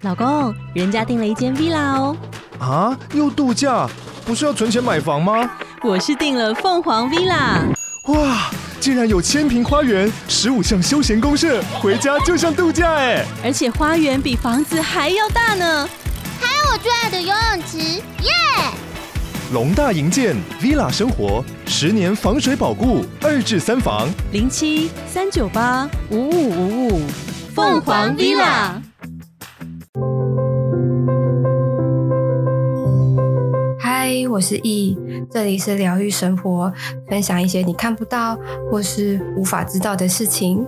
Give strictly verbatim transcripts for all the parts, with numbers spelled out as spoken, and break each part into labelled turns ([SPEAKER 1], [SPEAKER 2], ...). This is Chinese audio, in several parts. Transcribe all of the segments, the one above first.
[SPEAKER 1] 老公，人家订了一间 villa 哦。
[SPEAKER 2] 啊，又度假？不是要存钱买房吗？
[SPEAKER 1] 我是订了凤凰 villa。
[SPEAKER 2] 哇，竟然有千坪花园，十五项休闲公设，回家就像度假哎！
[SPEAKER 1] 而且花园比房子还要大呢。
[SPEAKER 3] 还有我最爱的游泳池，耶！
[SPEAKER 2] 龙大营建 villa 生活，十年防水保固，二至三房，
[SPEAKER 1] 零七三九八五五五五，凤凰 villa。
[SPEAKER 4] 嗨，我是易，这里是疗愈生活，分享一些你看不到或是无法知道的事情。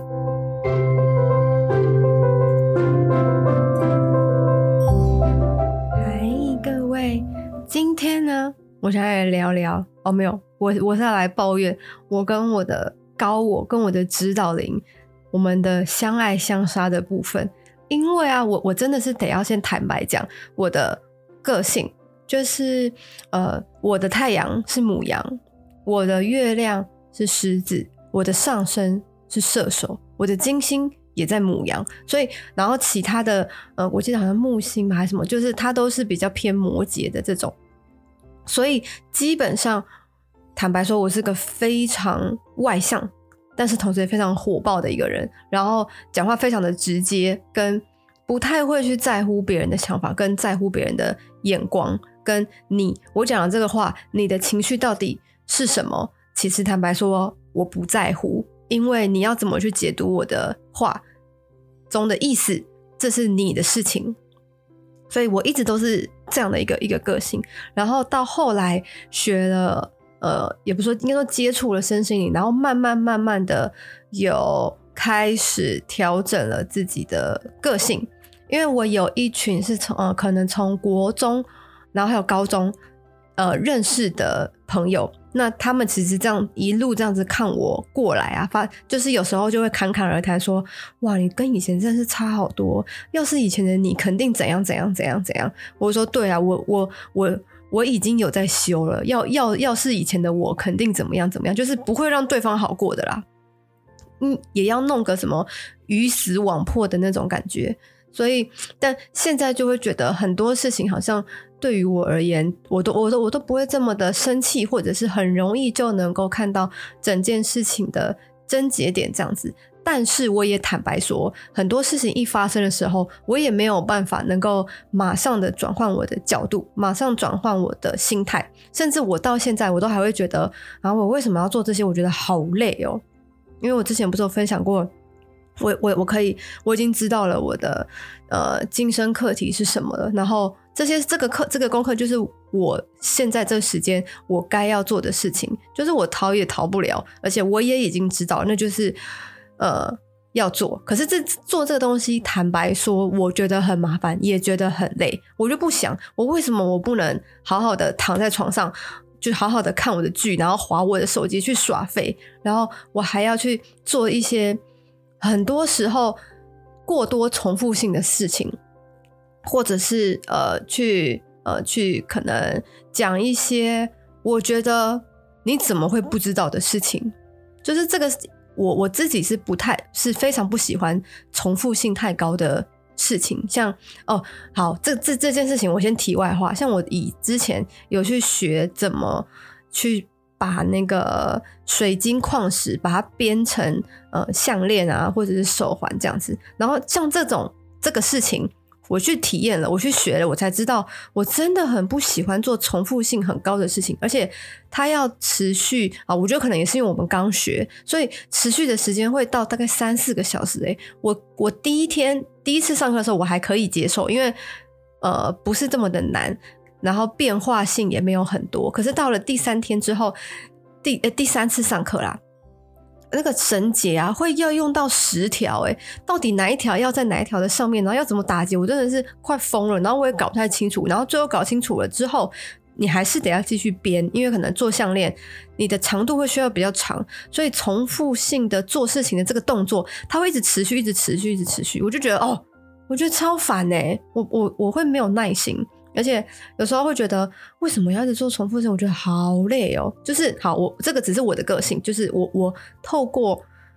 [SPEAKER 4] 嗨，各位，今天呢，我想来聊聊哦，没有，我我是要来抱怨我跟我的高我跟我的指导灵，我们的相爱相杀的部分。因为啊，我我真的是得要先坦白讲我的个性。就是呃，我的太阳是牡羊，我的月亮是狮子，我的上升是射手，我的金星也在牡羊，所以然后其他的呃，我记得好像木星吧还是什么，就是它都是比较偏摩羯的这种，所以基本上坦白说，我是个非常外向，但是同时也非常火爆的一个人，然后讲话非常的直接，跟不太会去在乎别人的想法，跟在乎别人的眼光。跟你我讲的这个话，你的情绪到底是什么？其实坦白说我不在乎，因为你要怎么去解读我的话中的意思，这是你的事情。所以我一直都是这样的一个一个个性，然后到后来学了呃，也不是说应该说接触了身心灵，然后慢慢慢慢的有开始调整了自己的个性。因为我有一群是从呃可能从国中然后还有高中呃认识的朋友，那他们其实这样一路这样子看我过来啊，发就是有时候就会侃侃而谈说，哇，你跟以前真的是差好多，要是以前的你肯定怎样怎样怎样怎样。我说对啊，我我我我已经有在修了，要要要是以前的我肯定怎么样怎么样，就是不会让对方好过的啦。嗯，也要弄个什么鱼死网破的那种感觉。所以但现在就会觉得很多事情好像对于我而言，我都我都我都不会这么的生气，或者是很容易就能够看到整件事情的症结点这样子。但是我也坦白说，很多事情一发生的时候，我也没有办法能够马上的转换我的角度，马上转换我的心态，甚至我到现在我都还会觉得啊，我为什么要做这些，我觉得好累哦。因为我之前不是有分享过我我我可以，我已经知道了我的呃今生课题是什么了，然后这些这个课这个功课就是我现在这个时间我该要做的事情，就是我逃也逃不了，而且我也已经知道，那就是呃要做。可是这做这个东西，坦白说，我觉得很麻烦，也觉得很累。我就不想，我为什么我不能好好的躺在床上？就好好的看我的剧，然后滑我的手机去耍废，然后我还要去做一些很多时候过多重复性的事情，或者是呃去呃去可能讲一些我觉得你怎么会不知道的事情。就是这个我我自己是不太是非常不喜欢重复性太高的事情。像哦好这这这件事情我先题外话，像我以之前有去学怎么去把那个水晶矿石把它编成呃项链啊或者是手环这样子，然后像这种这个事情我去体验了，我去学了，我才知道我真的很不喜欢做重复性很高的事情，而且它要持续啊，我觉得可能也是因为我们刚学，所以持续的时间会到大概三四个小时。诶，我我第一天第一次上课的时候我还可以接受，因为呃不是这么的难，然后变化性也没有很多。可是到了第三天之后，第呃第三次上课啦，那个绳结啊会要用到十条，诶到底哪一条要在哪一条的上面，然后要怎么打结，我真的是快疯了，然后我也搞不太清楚，然后最后搞清楚了之后，你还是得要继续编，因为可能做项链你的长度会需要比较长，所以重复性的做事情的这个动作它会一直持续一直持续一直持续，我就觉得哦我觉得超烦耶，我我我会没有耐心，而且有时候会觉得为什么要一直做重复性，我觉得好累哦。就是好，我这个只是我的个性，就是我我透过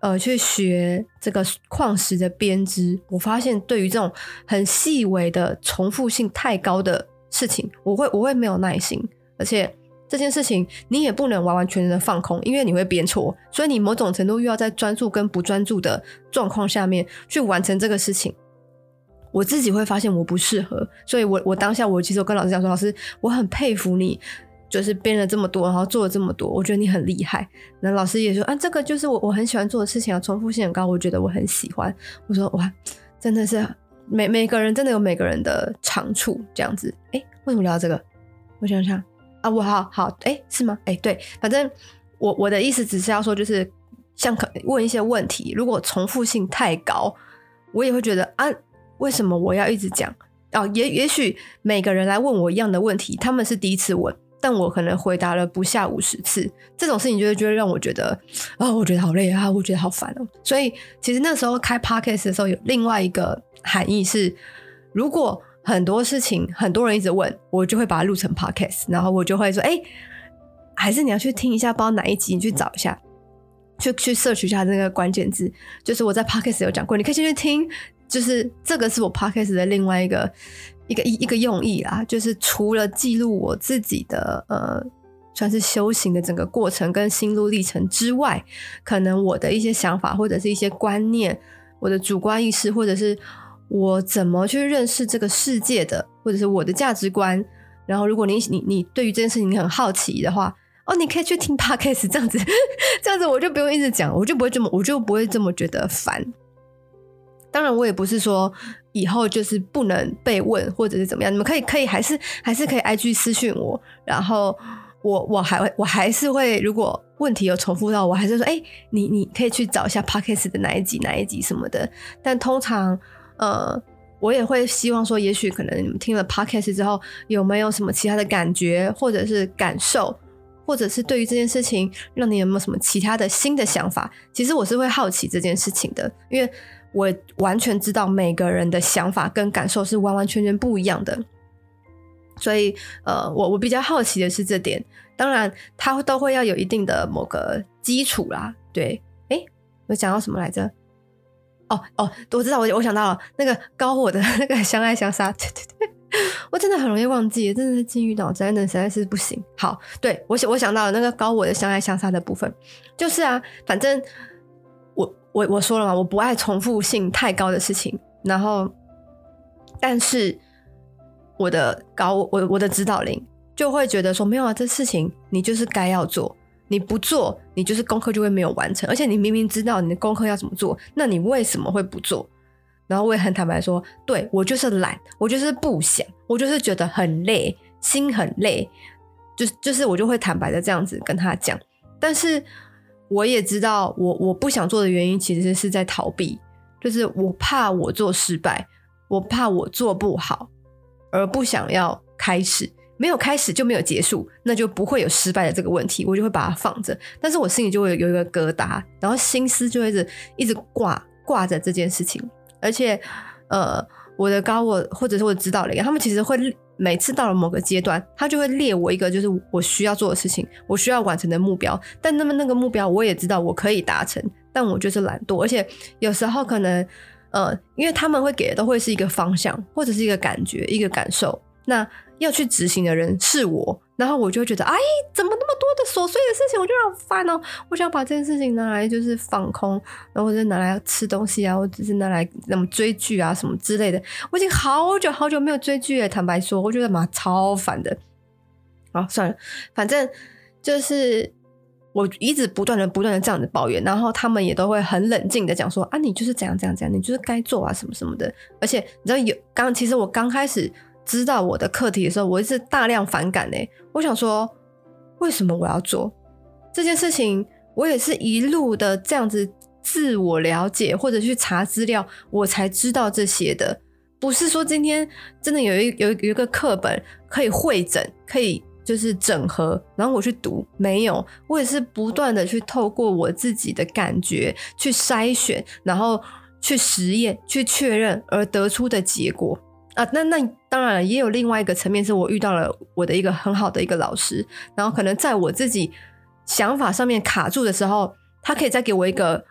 [SPEAKER 4] 呃去学这个矿石的编织，我发现对于这种很细微的重复性太高的事情，我会我会没有耐心，而且这件事情你也不能完完全全的放空，因为你会编错，所以你某种程度又要在专注跟不专注的状况下面去完成这个事情。我自己会发现我不适合，所以我我当下我其实我跟老师讲说，老师我很佩服你，就是编了这么多，然后做了这么多，我觉得你很厉害。那老师也说啊，这个就是我我很喜欢做的事情啊，重复性很高，我觉得我很喜欢。我说哇，真的是每每个人真的有每个人的长处这样子。诶，为什么聊到这个？我想想啊，我好好诶，是吗？诶，对，反正我我的意思只是要说，就是像问一些问题，如果重复性太高，我也会觉得啊，为什么我要一直讲？哦，也也许每个人来问我一样的问题，他们是第一次问，但我可能回答了不下五十次，这种事情就会就会让我觉得啊、哦，我觉得好累啊，我觉得好烦哦。所以其实那时候开 podcast 的时候，有另外一个含义是，如果很多事情很多人一直问，我就会把它录成 podcast， 然后我就会说，哎，还是你要去听一下，不知道哪一集，你去找一下，去去 search 一下那个关键字，就是我在 podcast 有讲过，你可以先去听。就是这个是我 podcast 的另外一个一个一个用意啦，就是除了记录我自己的呃算是修行的整个过程跟心路历程之外，可能我的一些想法或者是一些观念，我的主观意识，或者是我怎么去认识这个世界的，或者是我的价值观。然后如果你你你对于这件事情你很好奇的话，哦，你可以去听 podcast， 这样子这样子我就不用一直讲，我就不会这么我就不会这么觉得烦。当然我也不是说以后就是不能被问或者是怎么样，你们可以可以还是还是可以 I G 私讯我，然后我我还会我还是会，如果问题有重复到，我还是说哎、欸，你你可以去找一下 Podcast 的哪一集哪一集什么的。但通常呃我也会希望说，也许可能你们听了 Podcast 之后有没有什么其他的感觉或者是感受，或者是对于这件事情让你有没有什么其他的新的想法，其实我是会好奇这件事情的，因为我完全知道每个人的想法跟感受是完完全全不一样的，所以呃，我我比较好奇的是这点。当然它都会要有一定的某个基础啦。对，诶我讲到什么来着？哦哦，我知道，我我想到了那个高我的那个相爱相杀，对对对，我真的很容易忘记，真的是金鱼脑真的实在是不行。好，对，我想我想到了那个高我的相爱相杀的部分，就是啊，反正我我我说了嘛，我不爱重复性太高的事情，然后但是我的高我我的指导灵就会觉得说，没有啊，这事情你就是该要做，你不做你就是功课就会没有完成，而且你明明知道你的功课要怎么做，那你为什么会不做？然后我也很坦白说，对，我就是懒，我就是不想，我就是觉得很累，心很累，就就是我就会坦白的这样子跟他讲。但是我也知道我我不想做的原因其实是在逃避，就是我怕我做失败，我怕我做不好，而不想要开始，没有开始就没有结束，那就不会有失败的这个问题，我就会把它放着，但是我心里就会有一个疙瘩，然后心思就会一直一直挂挂着这件事情。而且呃，我的高我或者是我的指导灵，他们其实会每次到了某个阶段，他就会列我一个就是我需要做的事情，我需要完成的目标，但那么那个目标我也知道我可以达成，但我就是懒惰，而且有时候可能呃，因为他们会给的都会是一个方向或者是一个感觉一个感受，那要去执行的人是我，然后我就会觉得哎，怎么那么多的琐碎的事情，我就好烦哦，我想把这件事情拿来就是放空，然后或者拿来吃东西啊，或者是拿来那么追剧啊什么之类的，我已经好久好久没有追剧了，坦白说我觉得嘛超烦的。好，算了，反正就是我一直不断的不断的这样子抱怨，然后他们也都会很冷静的讲说啊，你就是怎样怎样怎样，你就是该做啊什么什么的。而且你知道有刚其实我刚开始知道我的课题的时候，我一直大量反感欸，我想说为什么我要做这件事情？我也是一路的这样子自我了解或者去查资料我才知道这些的，不是说今天真的有一有有一个课本可以汇整可以就是整合然后我去读，没有，我也是不断的去透过我自己的感觉去筛选，然后去实验去确认而得出的结果啊。那那当然了，也有另外一个层面是我遇到了我的一个很好的一个老师，然后可能在我自己想法上面卡住的时候，他可以再给我一个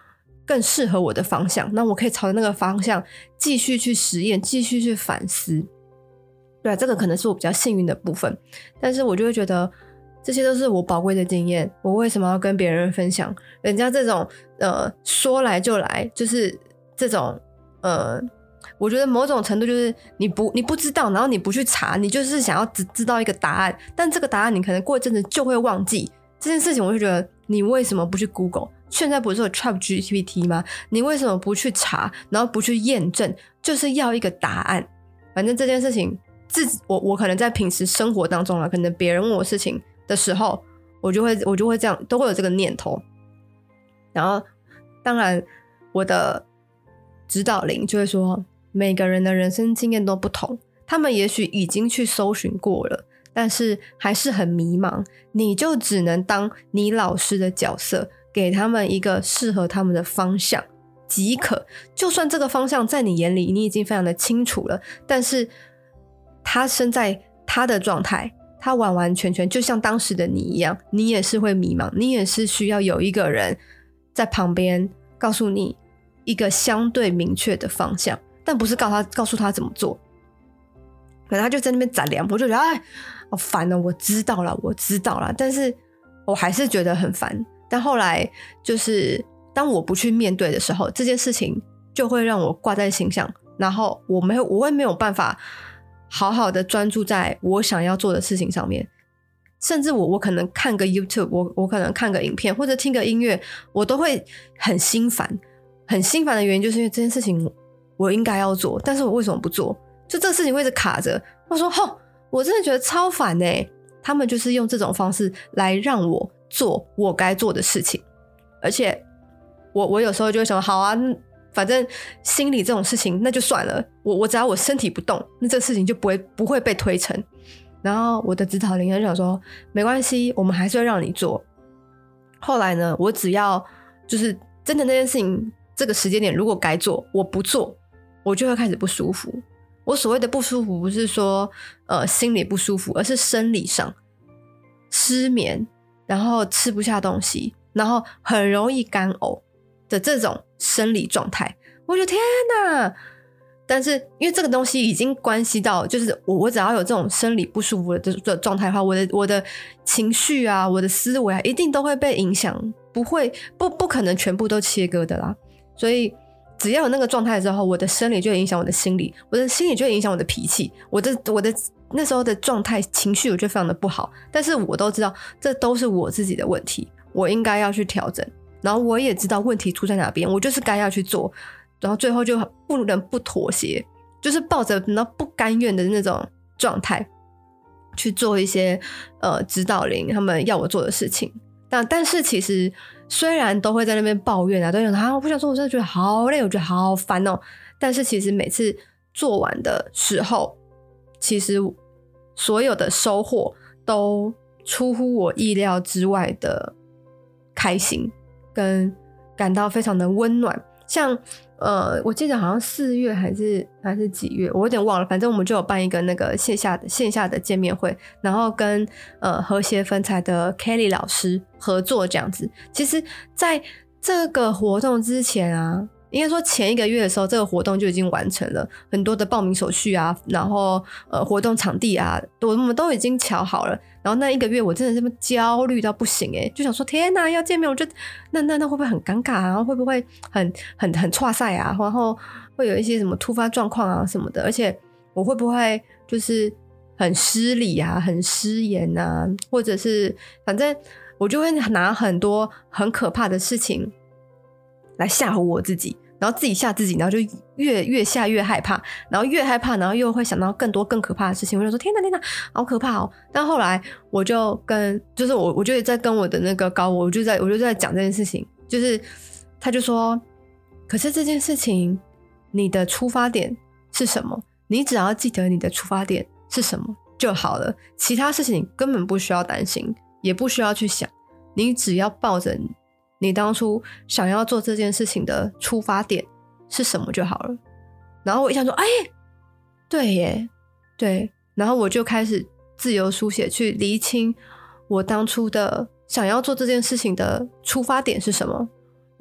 [SPEAKER 4] 更适合我的方向，那我可以朝着那个方向继续去实验，继续去反思。对啊，这个可能是我比较幸运的部分，但是我就会觉得这些都是我宝贵的经验，我为什么要跟别人分享？人家这种呃说来就来，就是这种呃，我觉得某种程度就是你不你不知道，然后你不去查，你就是想要只知道一个答案，但这个答案你可能过一阵子就会忘记。这件事情我就觉得你为什么不去 Google？ 现在不是有 Chat G P T 吗？你为什么不去查，然后不去验证，就是要一个答案。反正这件事情自己我我可能在平时生活当中啊，可能别人问我事情的时候，我就会我就会这样，都会有这个念头。然后当然我的指导灵就会说，每个人的人生经验都不同，他们也许已经去搜寻过了，但是还是很迷茫，你就只能当你老师的角色，给他们一个适合他们的方向即可。就算这个方向在你眼里你已经非常的清楚了，但是他身在他的状态，他完完全全就像当时的你一样，你也是会迷茫，你也是需要有一个人在旁边告诉你一个相对明确的方向，但不是告诉他告诉他怎么做。可能他就在那边攒粮，我就觉得哎，好烦哦！我知道了，我知道了，但是我还是觉得很烦。但后来就是当我不去面对的时候，这件事情就会让我挂在心上，然后我没有我会没有办法好好的专注在我想要做的事情上面。甚至我我可能看个 YouTube， 我我可能看个影片或者听个音乐，我都会很心烦。很心烦的原因就是因为这件事情我应该要做，但是我为什么不做？就这个事情会一直卡着。我说吼，我真的觉得超烦欸。他们就是用这种方式来让我做我该做的事情，而且我我有时候就会想，好啊，反正心理这种事情那就算了，我我只要我身体不动，那这个事情就不会不会被推成。然后我的指导灵就想说，没关系，我们还是会让你做。后来呢，我只要就是真的那件事情这个时间点如果该做我不做，我就会开始不舒服。我所谓的不舒服不是说呃心里不舒服，而是生理上失眠，然后吃不下东西，然后很容易干呕的这种生理状态。我觉得天哪！但是因为这个东西已经关系到，就是我我只要有这种生理不舒服的这种状态的话，我的我的情绪啊，我的思维啊，一定都会被影响，不会不不可能全部都切割的啦。所以只要有那个状态之后，我的生理就会影响我的心理，我的心理就会影响我的脾气，我的我的那时候的状态情绪我就非常的不好。但是我都知道这都是我自己的问题，我应该要去调整，然后我也知道问题出在哪边，我就是该要去做，然后最后就不能不妥协，就是抱着然后不甘愿的那种状态去做一些呃指导灵他们要我做的事情。但但是其实虽然都会在那边抱怨啊，都想啊，我不想说，我真的觉得好累，我觉得好烦哦。但是其实每次做完的时候，其实所有的收获都出乎我意料之外的开心，跟感到非常的温暖。像呃，我记得好像四月还是还是几月，我有点忘了。反正我们就有办一个那个线下的线下的见面会，然后跟呃和谐分彩的 Kelly 老师合作这样子。其实在这个活动之前啊，应该说前一个月的时候，这个活动就已经完成了，很多的报名手续啊，然后呃活动场地啊，我们都已经瞧好了。然后那一个月我真的是焦虑到不行欸，就想说天哪，要见面我就那那那会不会很尴尬啊？然后会不会很很很挫赛啊？然后会有一些什么突发状况啊什么的，而且我会不会就是很失礼啊，很失言啊，或者是反正我就会拿很多很可怕的事情来吓唬我自己，然后自己吓自己，然后就越越吓越害怕，然后越害怕，然后又会想到更多更可怕的事情，我就说天哪天哪好可怕哦。但后来我就跟就是我我就在跟我的那个高我我就在我就在讲这件事情，就是他就说，可是这件事情你的出发点是什么？你只要记得你的出发点是什么就好了，其他事情你根本不需要担心，也不需要去想，你只要抱着你当初想要做这件事情的出发点是什么就好了。然后我一想说，哎，对耶，对，然后我就开始自由书写，去厘清我当初的想要做这件事情的出发点是什么。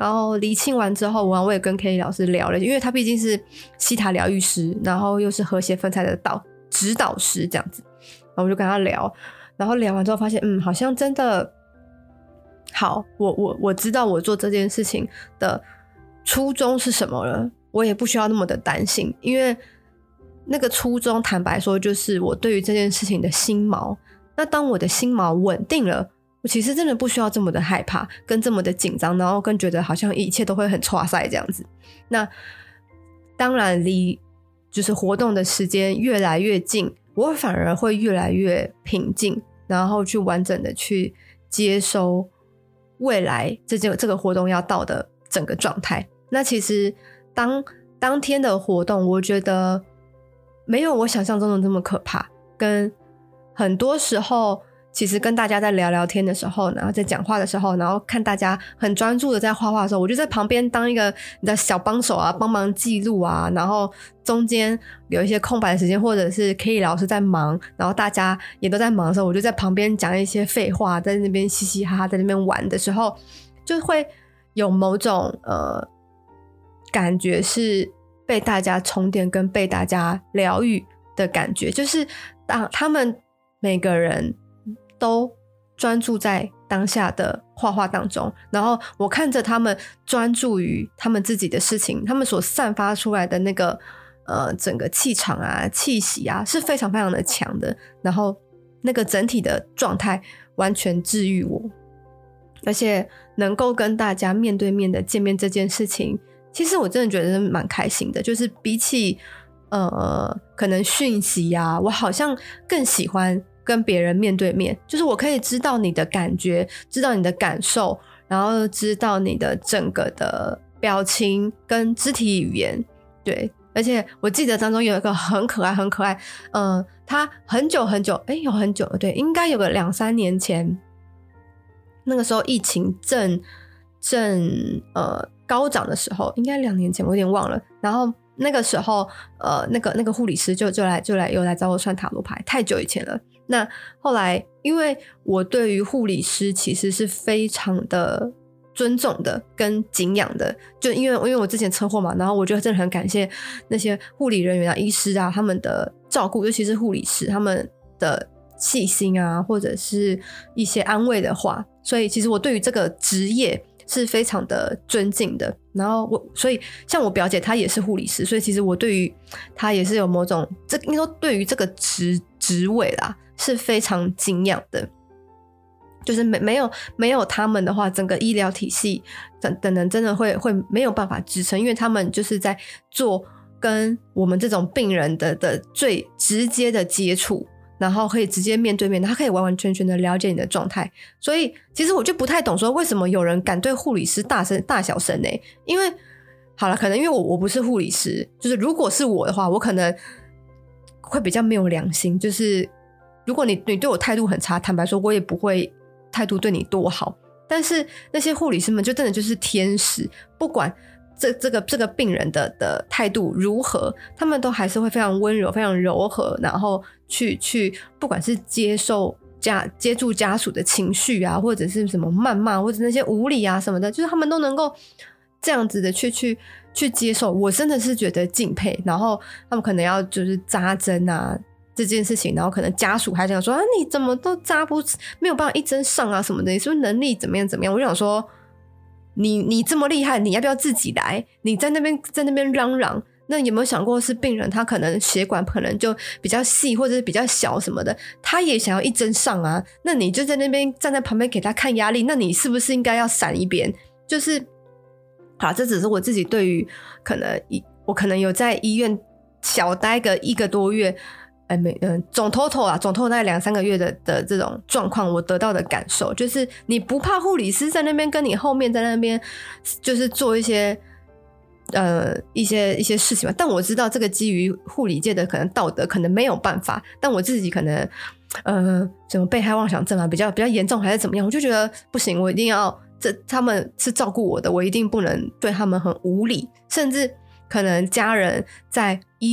[SPEAKER 4] 然后厘清完之后，我也跟 Kelly 老师聊了，因为他毕竟是西塔疗愈师，然后又是和谐分拆的导指导师这样子，然后我就跟他聊，然后聊完之后发现，嗯，好像真的好，我我我知道我做这件事情的初衷是什么了，我也不需要那么的担心，因为那个初衷坦白说就是我对于这件事情的心锚。那当我的心锚稳定了，我其实真的不需要这么的害怕跟这么的紧张，然后更觉得好像一切都会很挫赛这样子。那当然离就是活动的时间越来越近，我反而会越来越平静，然后去完整的去接收未来这件这个活动要到的整个状态。那其实当当天的活动我觉得没有我想象中的这么可怕，跟很多时候其实跟大家在聊聊天的时候，然后在讲话的时候，然后看大家很专注的在画画的时候，我就在旁边当一个你的小帮手啊，帮忙记录啊，然后中间有一些空白的时间，或者是 Kelly 老师在忙，然后大家也都在忙的时候，我就在旁边讲一些废话，在那边嘻嘻哈哈，在那边玩的时候，就会有某种呃感觉是被大家充电跟被大家疗愈的感觉，就是当他们每个人都专注在当下的画画当中，然后我看着他们专注于他们自己的事情，他们所散发出来的那个呃整个气场啊气息啊是非常非常的强的，然后那个整体的状态完全治愈我，而且能够跟大家面对面的见面这件事情，其实我真的觉得蛮开心的，就是比起呃可能讯息啊，我好像更喜欢跟别人面对面，就是我可以知道你的感觉，知道你的感受，然后知道你的整个的表情跟肢体语言。对，而且我记得当中有一个很可爱很可爱，呃他很久很久诶有很久对，应该有个两三年前，那个时候疫情正正呃高涨的时候，应该两年前我有点忘了，然后那个时候呃那个那个护理师就就来就来又来找我算塔罗牌，太久以前了。那后来因为我对于护理师其实是非常的尊重的跟敬仰的，就因为因为我之前车祸嘛，然后我就真的很感谢那些护理人员啊医师啊他们的照顾，尤其是护理师他们的细心啊或者是一些安慰的话，所以其实我对于这个职业是非常的尊敬的。然后我所以像我表姐她也是护理师，所以其实我对于她也是有某种这应该说对于这个职职位啦是非常敬仰的，就是没没有没有他们的话，整个医疗体系等等等真的会会没有办法支撑，因为他们就是在做跟我们这种病人的的最直接的接触，然后可以直接面对面，他可以完完全全的了解你的状态。所以其实我就不太懂说为什么有人敢对护理师大声大小声欸，因为好了，可能因为我我不是护理师，就是如果是我的话，我可能会比较没有良心，就是如果你你对我态度很差，坦白说我也不会态度对你多好，但是那些护理师们就真的就是天使，不管这这个这个病人的的态度如何，他们都还是会非常温柔非常柔和，然后去去不管是接受家接住家属的情绪啊，或者是什么谩骂或者那些无理啊什么的，就是他们都能够这样子的去去去接受，我真的是觉得敬佩。然后他们可能要就是扎针啊这件事情，然后可能家属还想说啊你怎么都扎不没有办法一针上啊什么的，你是不是能力怎么样怎么样，我就想说你你这么厉害，你要不要自己来？你在那边在那边嚷嚷，那有没有想过是病人他可能血管可能就比较细或者是比较小什么的，他也想要一针上啊，那你就在那边站在旁边给他看压力，那你是不是应该要闪一边？就是好，这只是我自己对于可能我可能有在医院小待个一个多月哎，没，嗯，总 total 啊，总 total 大概两三个月的的这种状况，我得到的感受就是，你不怕护理师在那边跟你后面在那边，就是做一些呃一些一些事情嘛。但我知道这个基于护理界的可能道德可能没有办法，但我自己可能呃什么被害妄想症啊比较比较严重还是怎么样，我就觉得不行，我一定要这他们是照顾我的，我一定不能对他们很无理，甚至可能家人在医院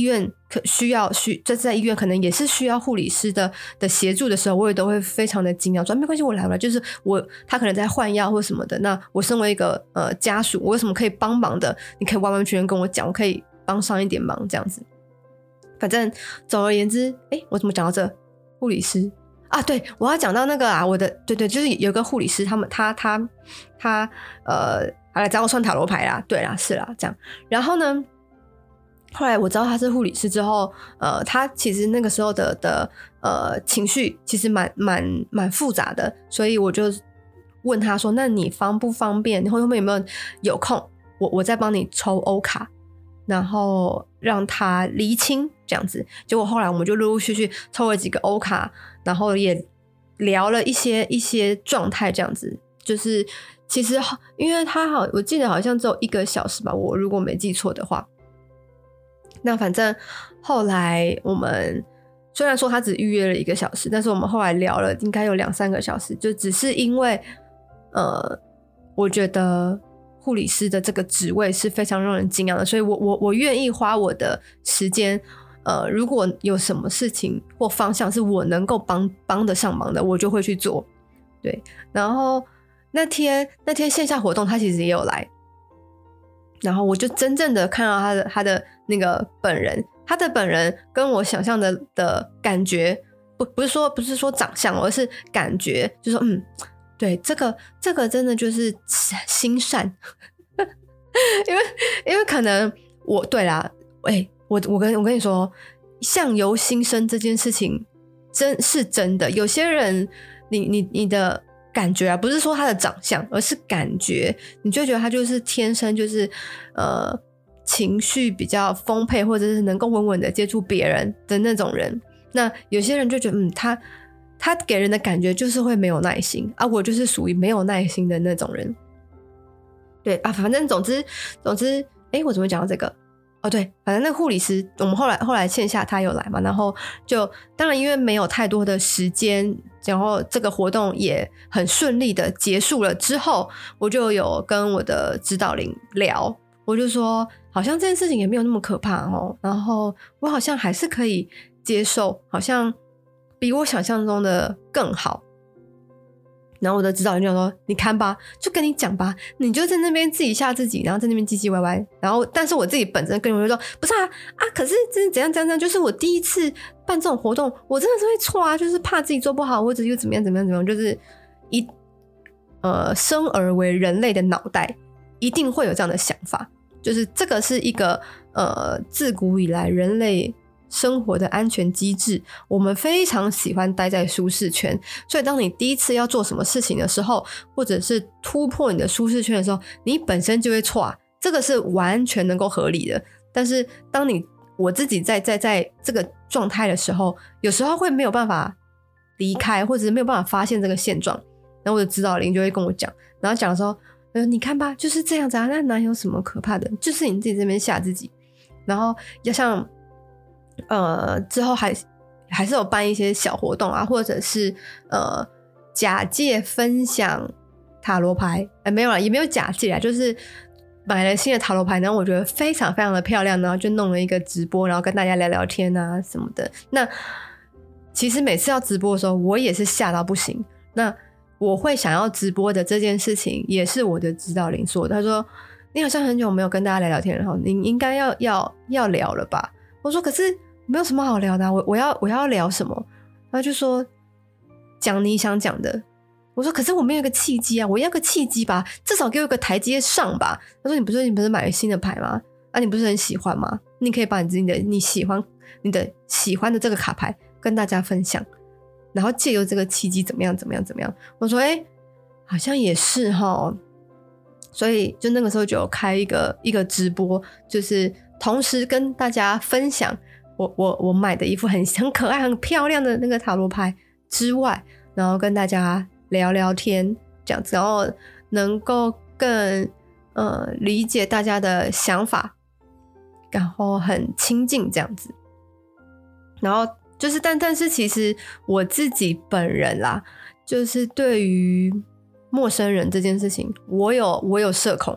[SPEAKER 4] 可需要需在在医院可能也是需要护理师的的协助的时候，我也都会非常的惊讶，说没关系，我来我来，就是我他可能在换药或什么的，那我身为一个呃家属，我有什么可以帮忙的，你可以完完全全跟我讲，我可以帮上一点忙这样子。反正总而言之，哎，我怎么讲到这护理师啊？对，我要讲到那个啊，我的对对，就是有个护理师，他们他他他呃，来找我算塔罗牌啦，对啦，是啦，这样，然后呢？后来我知道他是护理师之后，呃，他其实那个时候的的呃情绪其实蛮蛮蛮复杂的，所以我就问他说：“那你方不方便？你后面有没有有空？我我再帮你抽欧卡，然后让他厘清这样子。”结果后来我们就陆陆续续抽了几个欧卡，然后也聊了一些一些状态，这样子就是其实因为他好，我记得好像只有一个小时吧，我如果没记错的话。那反正后来我们虽然说他只预约了一个小时，但是我们后来聊了应该有两三个小时，就只是因为呃，我觉得护理师的这个职位是非常让人敬仰的，所以我我我愿意花我的时间，呃，如果有什么事情或方向是我能够帮帮得上忙的，我就会去做。对，然后那天那天线下活动他其实也有来。然后我就真正的看到他的他的那个本人，他的本人跟我想象的的感觉，不不是说不是说长相，而是感觉，就说嗯，对，这个这个真的就是心善，因为因为可能我对啦，哎、欸，我我跟我跟你说，相由心生这件事情真是真的，有些人你你你的。感觉啊，不是说他的长相，而是感觉，你就觉得他就是天生就是呃情绪比较丰沛，或者是能够稳稳的接触别人的那种人。那有些人就觉得，嗯，他他给人的感觉就是会没有耐心啊，我就是属于没有耐心的那种人。对啊，反正总之总之，哎，我怎么讲到这个？哦，对，反正那个护理师，我们后来后来线下他有来嘛，然后就当然因为没有太多的时间，然后这个活动也很顺利的结束了之后，我就有跟我的指导灵聊，我就说好像这件事情也没有那么可怕哦，然后我好像还是可以接受，好像比我想象中的更好。然后我的指导灵就说：“你看吧，就跟你讲吧，你就在那边自己吓自己，然后在那边唧唧歪歪。然后，但是我自己本身跟我就说，不是啊啊，可是这是怎样怎样怎样，就是我第一次办这种活动，我真的是会错啊，就是怕自己做不好，或者又怎么样怎么样怎么样，就是一呃生而为人类的脑袋一定会有这样的想法，就是这个是一个呃自古以来人类。”生活的安全机制，我们非常喜欢待在舒适圈，所以当你第一次要做什么事情的时候，或者是突破你的舒适圈的时候，你本身就会错，这个是完全能够合理的。但是当你我自己在在在这个状态的时候，有时候会没有办法离开，或者是没有办法发现这个现状，然后我的指导灵就会跟我讲，然后讲的时候，呃，你看吧，就是这样子啊，那哪有什么可怕的，就是你自己这边吓自己。然后要像呃，之后还还是有办一些小活动啊，或者是呃假借分享塔罗牌，哎，没有啦，也没有假借啦，就是买了新的塔罗牌，然后我觉得非常非常的漂亮，然后就弄了一个直播，然后跟大家聊聊天啊什么的。那其实每次要直播的时候，我也是吓到不行。那我会想要直播的这件事情，也是我的指导灵说的，他说你好像很久没有跟大家聊聊天了，然后你应该要要要聊了吧？我说可是。没有什么好聊的、啊、我, 我要我要聊什么？然后就说讲你想讲的。我说可是我没有一个契机啊，我要个契机吧，至少给我一个台阶上吧。他说你不是你不是买了新的牌吗？啊，你不是很喜欢吗？你可以把你自己的你喜欢你的喜欢的这个卡牌跟大家分享，然后借由这个契机怎么样怎么样怎么样。我说哎、欸，好像也是齁。所以就那个时候就有开一个一个直播，就是同时跟大家分享。我我我买的一副很很可爱很漂亮的那个塔罗牌之外，然后跟大家聊聊天这样子，然后能够更呃理解大家的想法，然后很亲近这样子。然后就是但但是其实我自己本人啦，就是对于陌生人这件事情，我有我有社恐，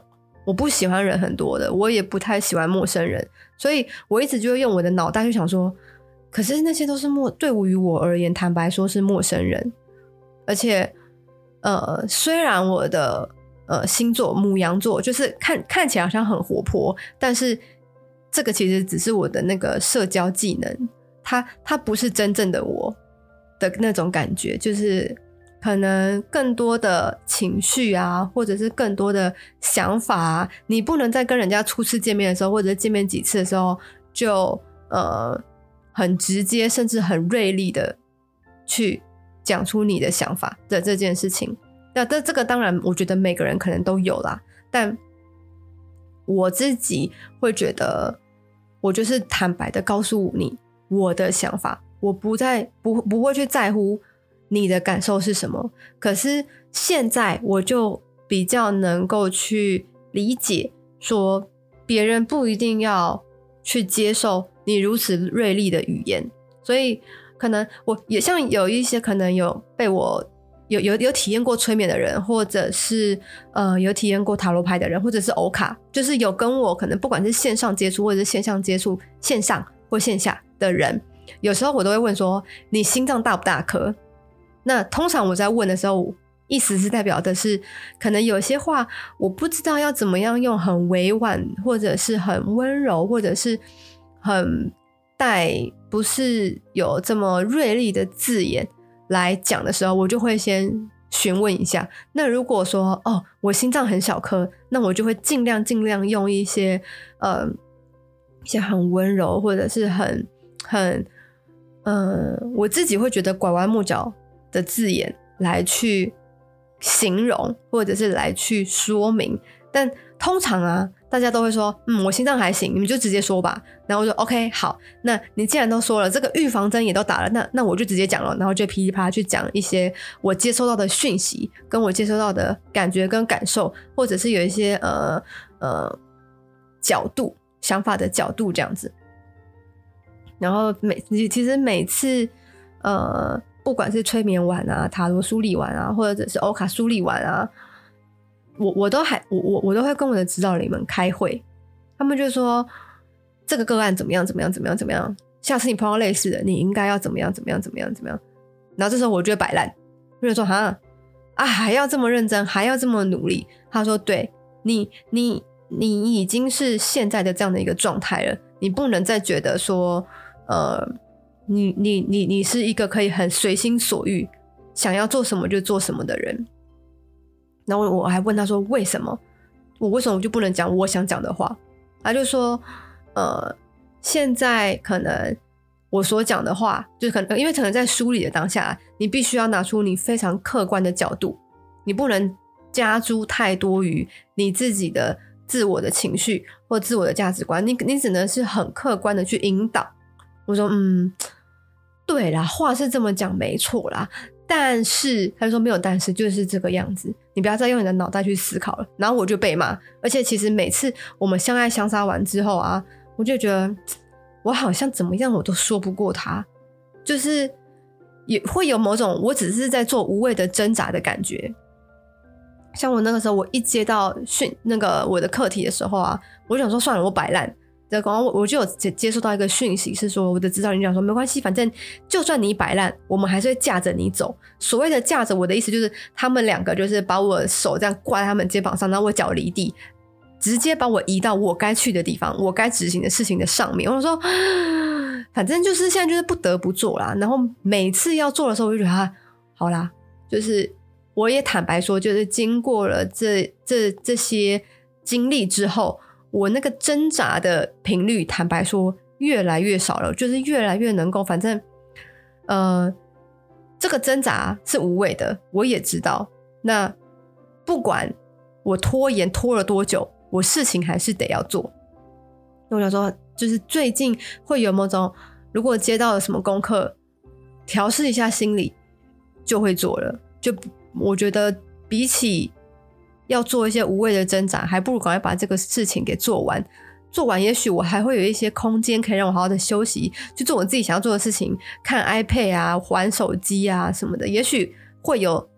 [SPEAKER 4] 我不喜欢人很多的，我也不太喜欢陌生人，所以我一直就用我的脑袋去想说，可是那些都是陌对于我而言，坦白说是陌生人。而且呃，虽然我的呃星座牡羊座就是看看起来好像很活泼，但是这个其实只是我的那个社交技能，它它不是真正的我的那种感觉，就是可能更多的情绪啊，或者是更多的想法啊，你不能在跟人家初次见面的时候，或者是见面几次的时候，就呃很直接，甚至很锐利的去讲出你的想法的这件事情。那这这个当然，我觉得每个人可能都有啦，但我自己会觉得，我就是坦白的告诉你我的想法，我不再不不会去在乎你的感受是什么。可是现在我就比较能够去理解说，别人不一定要去接受你如此锐利的语言，所以可能我也像有一些可能有被我有有有体验过催眠的人，或者是呃有体验过塔罗牌的人，或者是欧卡，就是有跟我可能不管是线上接触或者是线上接触，线上或线下的人，有时候我都会问说，你心脏大不大颗？那通常我在问的时候，意思是代表的是可能有些话我不知道要怎么样用很委婉，或者是很温柔，或者是很带不是有这么锐利的字眼来讲的时候，我就会先询问一下。那如果说哦我心脏很小颗，那我就会尽量尽量用一些呃一些很温柔，或者是很很呃我自己会觉得拐弯抹角的字眼来去形容，或者是来去说明。但通常啊大家都会说嗯我心脏还行，你们就直接说吧。然后我就 OK 好，那你既然都说了，这个预防针也都打了，那那我就直接讲了。然后就噼里啪啦去讲一些我接收到的讯息，跟我接收到的感觉跟感受，或者是有一些呃呃角度想法的角度这样子。然后每其实每次呃不管是催眠完啊，塔罗梳理完啊，或者是欧卡梳理完啊，我我都还我我我都会跟我的指导灵们开会，他们就说这个个案怎么样怎么样怎么样怎么样，下次你碰到类似的，你应该要怎么样怎么样怎么样怎么样。然后这时候我就会摆烂，就会说哈啊还要这么认真，还要这么努力。他说对，你你你已经是现在的这样的一个状态了，你不能再觉得说呃你你你你是一个可以很随心所欲，想要做什么就做什么的人。然后我还问他说为什么我为什么就不能讲我想讲的话？他就说呃现在可能我所讲的话，就是可能因为可能在梳理的当下，你必须要拿出你非常客观的角度，你不能加诸太多于你自己的自我的情绪或自我的价值观，你你只能是很客观的去引导。我说嗯对啦，话是这么讲没错啦，但是他就说没有但是，就是这个样子，你不要再用你的脑袋去思考了。然后我就被骂，而且其实每次我们相爱相杀完之后啊，我就觉得我好像怎么样我都说不过他，就是也会有某种我只是在做无谓的挣扎的感觉。像我那个时候我一接到讯那个我的课题的时候啊，我就想说算了，我摆烂。然后我就有接收到一个讯息是说，我的指导灵讲说没关系，反正就算你摆烂，我们还是会架着你走。所谓的架着我的意思就是他们两个就是把我手这样挂在他们肩膀上，然后我脚离地，直接把我移到我该去的地方，我该执行的事情的上面。我说反正就是现在就是不得不做啦。然后每次要做的时候我就觉得啊，好啦，就是我也坦白说，就是经过了这这这些经历之后，我那个挣扎的频率坦白说越来越少了，就是越来越能够反正呃，这个挣扎是无谓的，我也知道。那不管我拖延拖了多久，我事情还是得要做。我想说就是最近会有某种如果接到了什么功课，调试一下心理就会做了。就我觉得比起要做一些无谓的挣扎，还不如赶快把这个事情给做完。做完也许我还会有一些空间可以让我好好的休息，去做我自己想要做的事情，看 iPad 啊，玩手机啊什么的，也许会有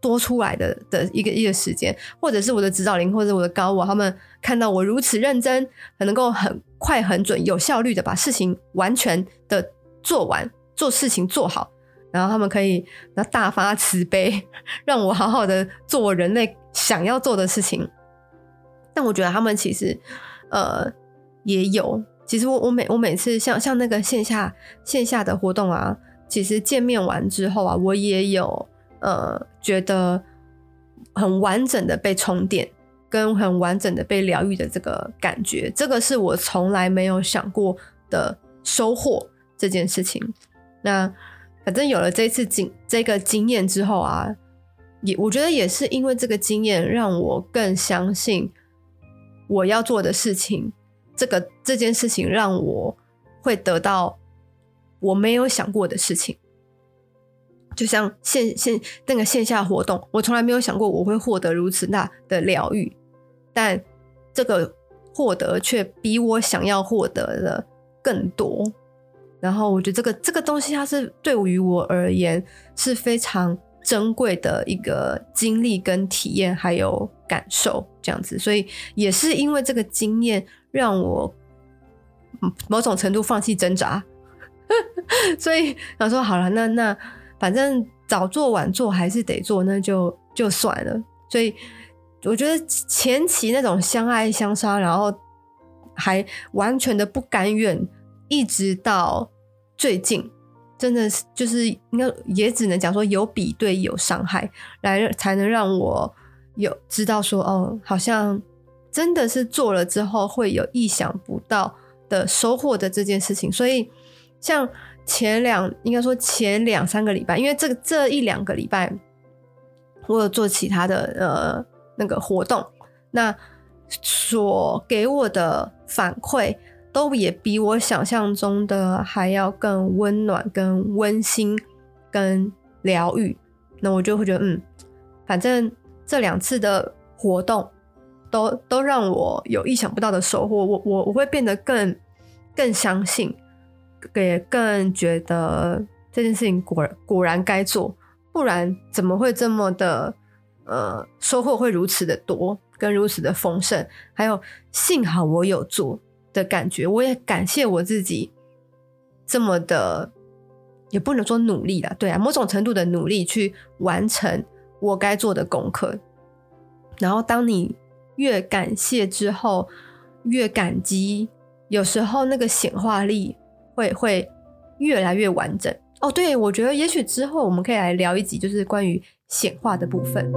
[SPEAKER 4] 多出来的的一个一个时间，或者是我的指导灵或者我的高我，他们看到我如此认真，能够很快很准有效率的把事情完全的做完，做事情做好，然后他们可以大发慈悲，让我好好的做我人类想要做的事情。但我觉得他们其实呃也有，其实我我每我每次像像那个线下线下的活动啊，其实见面完之后啊，我也有呃觉得很完整的被充电，跟很完整的被疗愈的这个感觉，这个是我从来没有想过的收获这件事情。那反正有了这次经这个经验之后啊，也我觉得也是因为这个经验让我更相信我要做的事情，这个这件事情让我会得到我没有想过的事情。就像线线那个线下活动，我从来没有想过我会获得如此大的疗愈，但这个获得却比我想要获得的更多。然后我觉得这个这个东西它是对于我而言是非常珍贵的一个经历跟体验还有感受这样子，所以也是因为这个经验让我某种程度放弃挣扎所以想说好了，那那反正早做晚做还是得做，那就就算了。所以我觉得前期那种相爱相杀，然后还完全的不甘愿，一直到最近真的就是应该也只能讲说有比对有伤害，来才能让我有知道说哦，好像真的是做了之后会有意想不到的收获的这件事情。所以像前两应该说前两三个礼拜，因为这个这一两个礼拜我有做其他的呃那个活动，那所给我的反馈都也比我想象中的还要更温暖跟温馨跟疗愈。那我就会觉得嗯，反正这两次的活动都都让我有意想不到的收获，我我我会变得更更相信，也更觉得这件事情果果然该做，不然怎么会这么的呃收获会如此的多跟如此的丰盛，还有幸好我有做的感觉。我也感谢我自己这么的，也不能说努力啦，对啊，某种程度的努力去完成我该做的功课。然后当你越感谢之后越感激，有时候那个显化力会会越来越完整。哦，对，我觉得也许之后我们可以来聊一集就是关于显化的部分。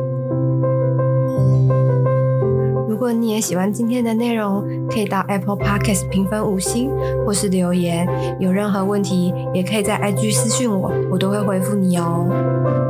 [SPEAKER 4] 如果你也喜欢今天的内容，可以到 Apple Podcast 评分五星或是留言，有任何问题也可以在 I G 私讯我，我都会回复你哦。